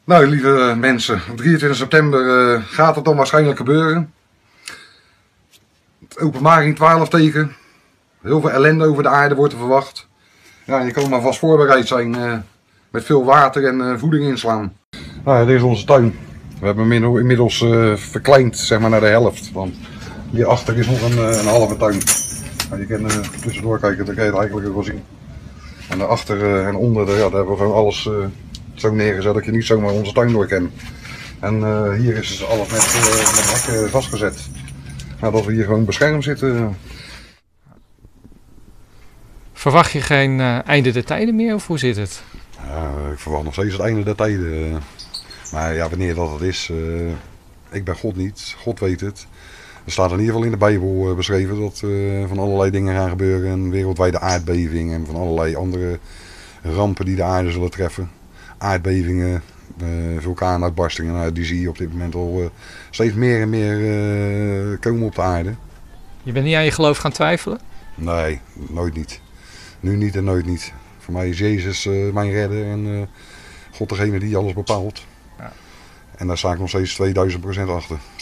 Nou, lieve mensen, op 23 september gaat het dan waarschijnlijk gebeuren. Openbaring 12 teken. Heel veel ellende over de aarde wordt er verwacht. Ja, je kan maar vast voorbereid zijn met veel water en voeding inslaan. Nou ja, dit is onze tuin. We hebben hem inmiddels verkleind, zeg maar, naar de helft. Want hierachter is nog een halve tuin. Nou, je kan tussendoor kijken, dan kan je het eigenlijk ook wel zien. En daarachter en onder, daar hebben we gewoon alles zo neergezet dat je niet zomaar onze tuin door kan. En hier is dus alles met hekken vastgezet. Nou, dat we hier gewoon beschermd zitten. Verwacht je geen einde der tijden meer, of hoe zit het? Ja, ik verwacht nog steeds het einde der tijden. Maar ja, wanneer dat is, ik ben God niet. God weet het. Er staat in ieder geval in de Bijbel beschreven dat van allerlei dingen gaan gebeuren. Een wereldwijde aardbeving en van allerlei andere rampen die de aarde zullen treffen. Aardbevingen, vulkaanuitbarstingen, nou, die zie je op dit moment al steeds meer en meer komen op de aarde. Je bent niet aan je geloof gaan twijfelen? Nee, nooit niet. Nu niet en nooit niet. Voor mij is Jezus mijn redder en God degene die alles bepaalt. Ja. En daar sta ik nog steeds 2000% achter.